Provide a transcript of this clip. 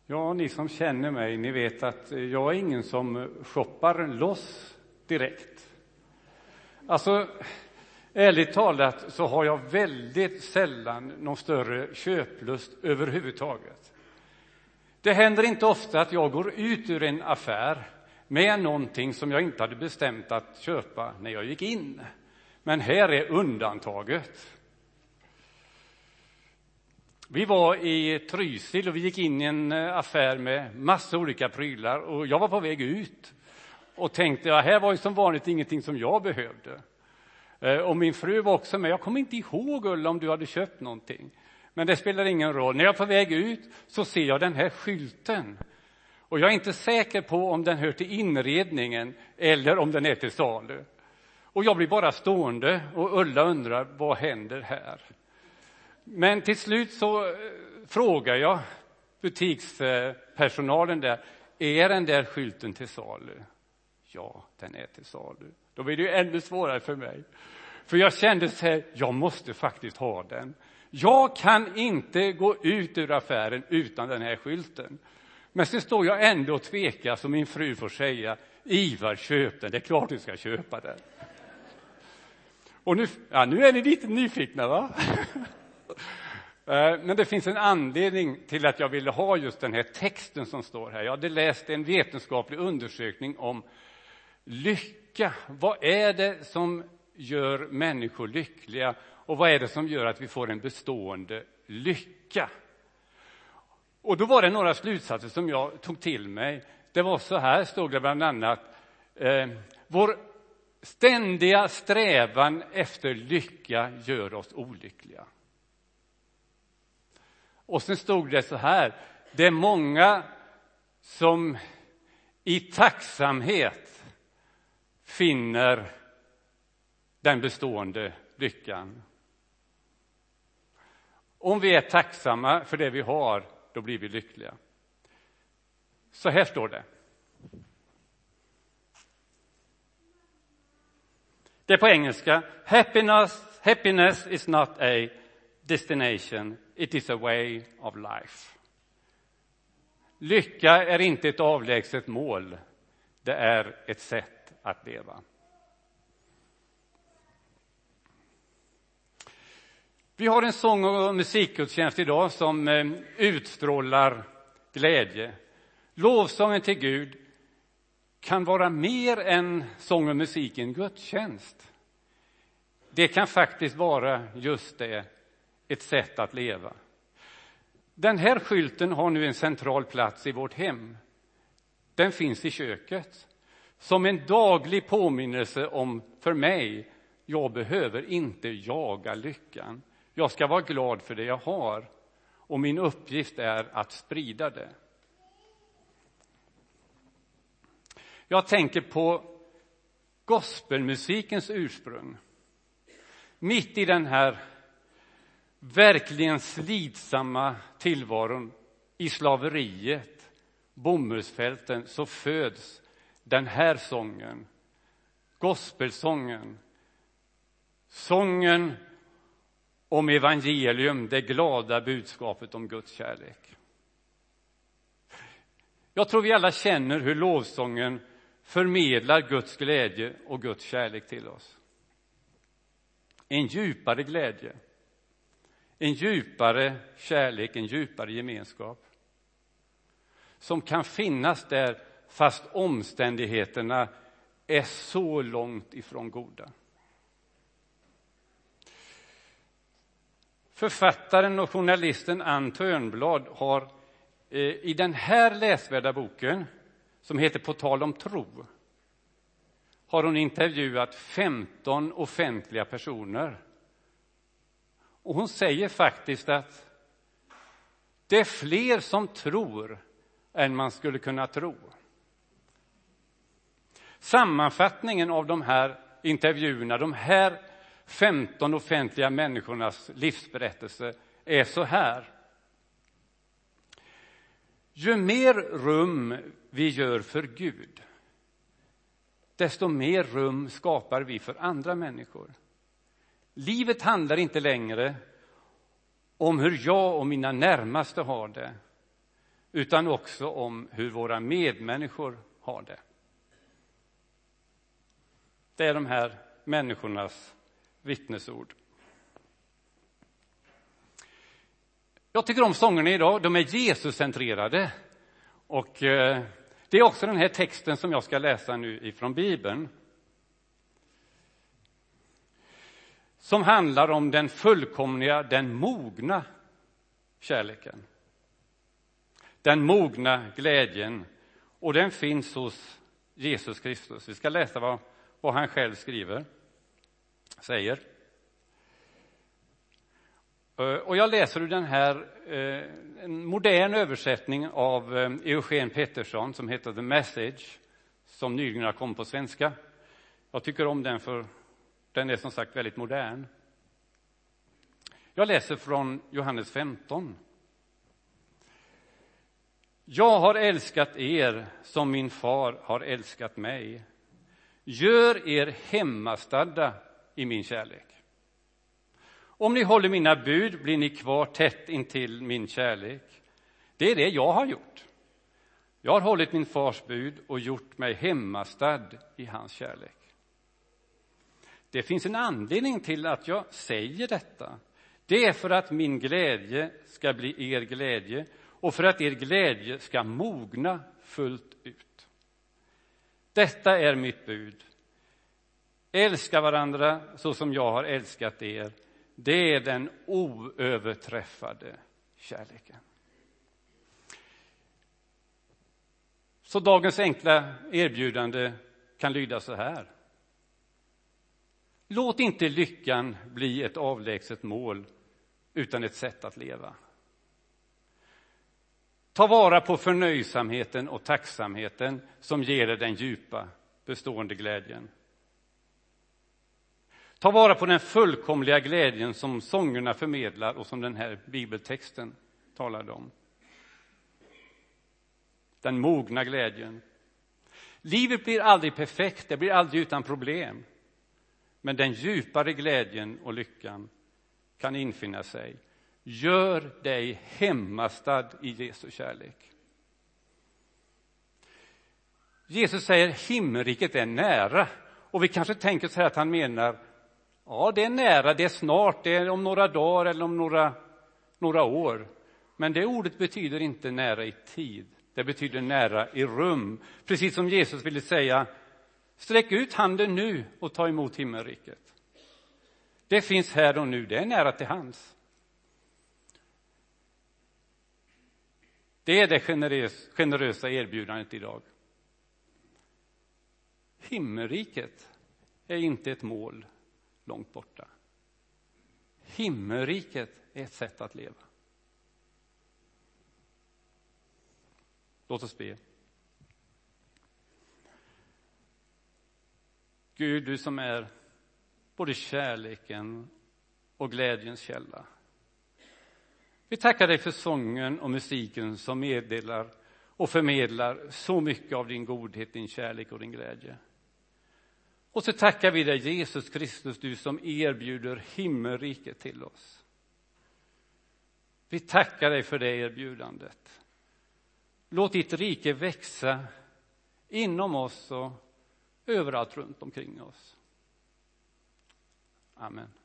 Ja, ni som känner mig, ni vet att jag är ingen som shoppar loss direkt. Alltså, ärligt talat så har jag väldigt sällan någon större köplust överhuvudtaget. Det händer inte ofta att jag går ut ur en affär med någonting som jag inte hade bestämt att köpa när jag gick in. Men här är undantaget. Vi var i Trysil och vi gick in i en affär med massa olika prylar. Och jag var på väg ut och tänkte, ja, här var ju som vanligt ingenting som jag behövde. Och min fru var också med. Jag kommer inte ihåg, Ulla, om du hade köpt någonting. Men det spelar ingen roll. När jag är på väg ut så ser jag den här skylten. Och jag är inte säker på om den hör till inredningen eller om den är till salu. Och jag blir bara stående och Ulla undrar, vad händer här? Men till slut så frågar jag butikspersonalen där, är den där skylten till salu? Ja, den är till salu. Då blir det ju ännu svårare för mig. För jag kände så här, jag måste faktiskt ha den. Jag kan inte gå ut ur affären utan den här skylten. Men så står jag ändå och tvekar, så min fru får säga, Ivar, köp den, det är klart du ska köpa den. Och nu är ni lite nyfikna, va? Men det finns en anledning till att jag ville ha just den här texten som står här. Jag hade läst en vetenskaplig undersökning om lycka. Vad är det som gör människor lyckliga? Och vad är det som gör att vi får en bestående lycka? Och då var det några slutsatser som jag tog till mig. Det var så här, stod det bland annat. Vår ständiga strävan efter lycka gör oss olyckliga. Och sen stod det så här. Det är många som i tacksamhet finner den bestående lyckan. Om vi är tacksamma för det vi har, då blir vi lyckliga. Så här står det. Det är på engelska. Happiness is not a destination, it is a way of life. Lycka är inte ett avlägset mål, det är ett sätt att leva. Vi har en sång- och musikgudstjänst idag som utstrålar glädje. Lovsången till Gud kan vara mer än sång och musik i en gudstjänst. Det kan faktiskt vara just det, ett sätt att leva. Den här skylten har nu en central plats i vårt hem. Den finns i köket. Som en daglig påminnelse om, för mig, jag behöver inte jaga lyckan. Jag ska vara glad för det jag har. Och min uppgift är att sprida det. Jag tänker på gospelmusikens ursprung. Mitt i den här verkligen slitsamma tillvaron i slaveriet, bomullsfälten, så föds den här sången. Gospelsången. Sången om evangelium, det glada budskapet om Guds kärlek. Jag tror vi alla känner hur lovsången förmedlar Guds glädje och Guds kärlek till oss. En djupare glädje, en djupare kärlek, en djupare gemenskap som kan finnas där fast omständigheterna är så långt ifrån goda. Författaren och journalisten Ann Törnblad har i den här läsvärda boken, som heter På tal om tro, har hon intervjuat 15 offentliga personer. Och hon säger faktiskt att det är fler som tror än man skulle kunna tro. Sammanfattningen av de här intervjuerna, de här 15 offentliga människornas livsberättelse är så här. Ju mer rum vi gör för Gud, desto mer rum skapar vi för andra människor. Livet handlar inte längre om hur jag och mina närmaste har det. utan också om hur våra medmänniskor har det. Det är de här människornas vittnesord. Jag tycker om sångerna idag. De är Jesus-centrerade. Och det är också den här texten som jag ska läsa nu ifrån Bibeln. Som handlar om den fullkomliga, den mogna kärleken. Den mogna glädjen. Och den finns hos Jesus Kristus. Vi ska läsa vad han själv säger. Och jag läser ur den här en modern översättning av Eugen Pettersson som heter The Message, som nyligen har kommit på svenska. Jag tycker om den för den är som sagt väldigt modern. Jag läser från Johannes 15. Jag har älskat er som min far har älskat mig. Gör er hemmastadda i min kärlek. Om ni håller mina bud blir ni kvar tätt intill min kärlek. Det är det jag har gjort. Jag har hållit min fars bud och gjort mig hemmastad i hans kärlek. Det finns en anledning till att jag säger detta. Det är för att min glädje ska bli er glädje och för att er glädje ska mogna fullt ut. Detta är mitt bud. Älska varandra så som jag har älskat er. Det är den oöverträffade kärleken. Så dagens enkla erbjudande kan lyda så här. Låt inte lyckan bli ett avlägset mål utan ett sätt att leva. Ta vara på förnöjsamheten och tacksamheten som ger dig den djupa, bestående glädjen. Ta vara på den fullkomliga glädjen som sångerna förmedlar och som den här bibeltexten talade om. Den mogna glädjen. Livet blir aldrig perfekt, det blir aldrig utan problem. Men den djupare glädjen och lyckan kan infinna sig. Gör dig hemmastad i Jesu kärlek. Jesus säger himmelriket är nära. Och vi kanske tänker så här att han menar, ja det är nära, det är snart, det är om några dagar eller om några år. Men det ordet betyder inte nära i tid, det betyder nära i rum. Precis som Jesus ville säga, sträck ut handen nu och ta emot himmelriket. Det finns här och nu, det är nära till hands. Det är det generösa erbjudandet idag. Himmelriket är inte ett mål långt borta. Himmelriket är ett sätt att leva. Låt oss be. Gud, du som är både kärleken och glädjens källa. Vi tackar dig för sången och musiken som meddelar och förmedlar så mycket av din godhet, din kärlek och din glädje. Och så tackar vi dig Jesus Kristus, du som erbjuder himmelriket till oss. Vi tackar dig för det erbjudandet. Låt ditt rike växa inom oss och överallt runt omkring oss. Amen.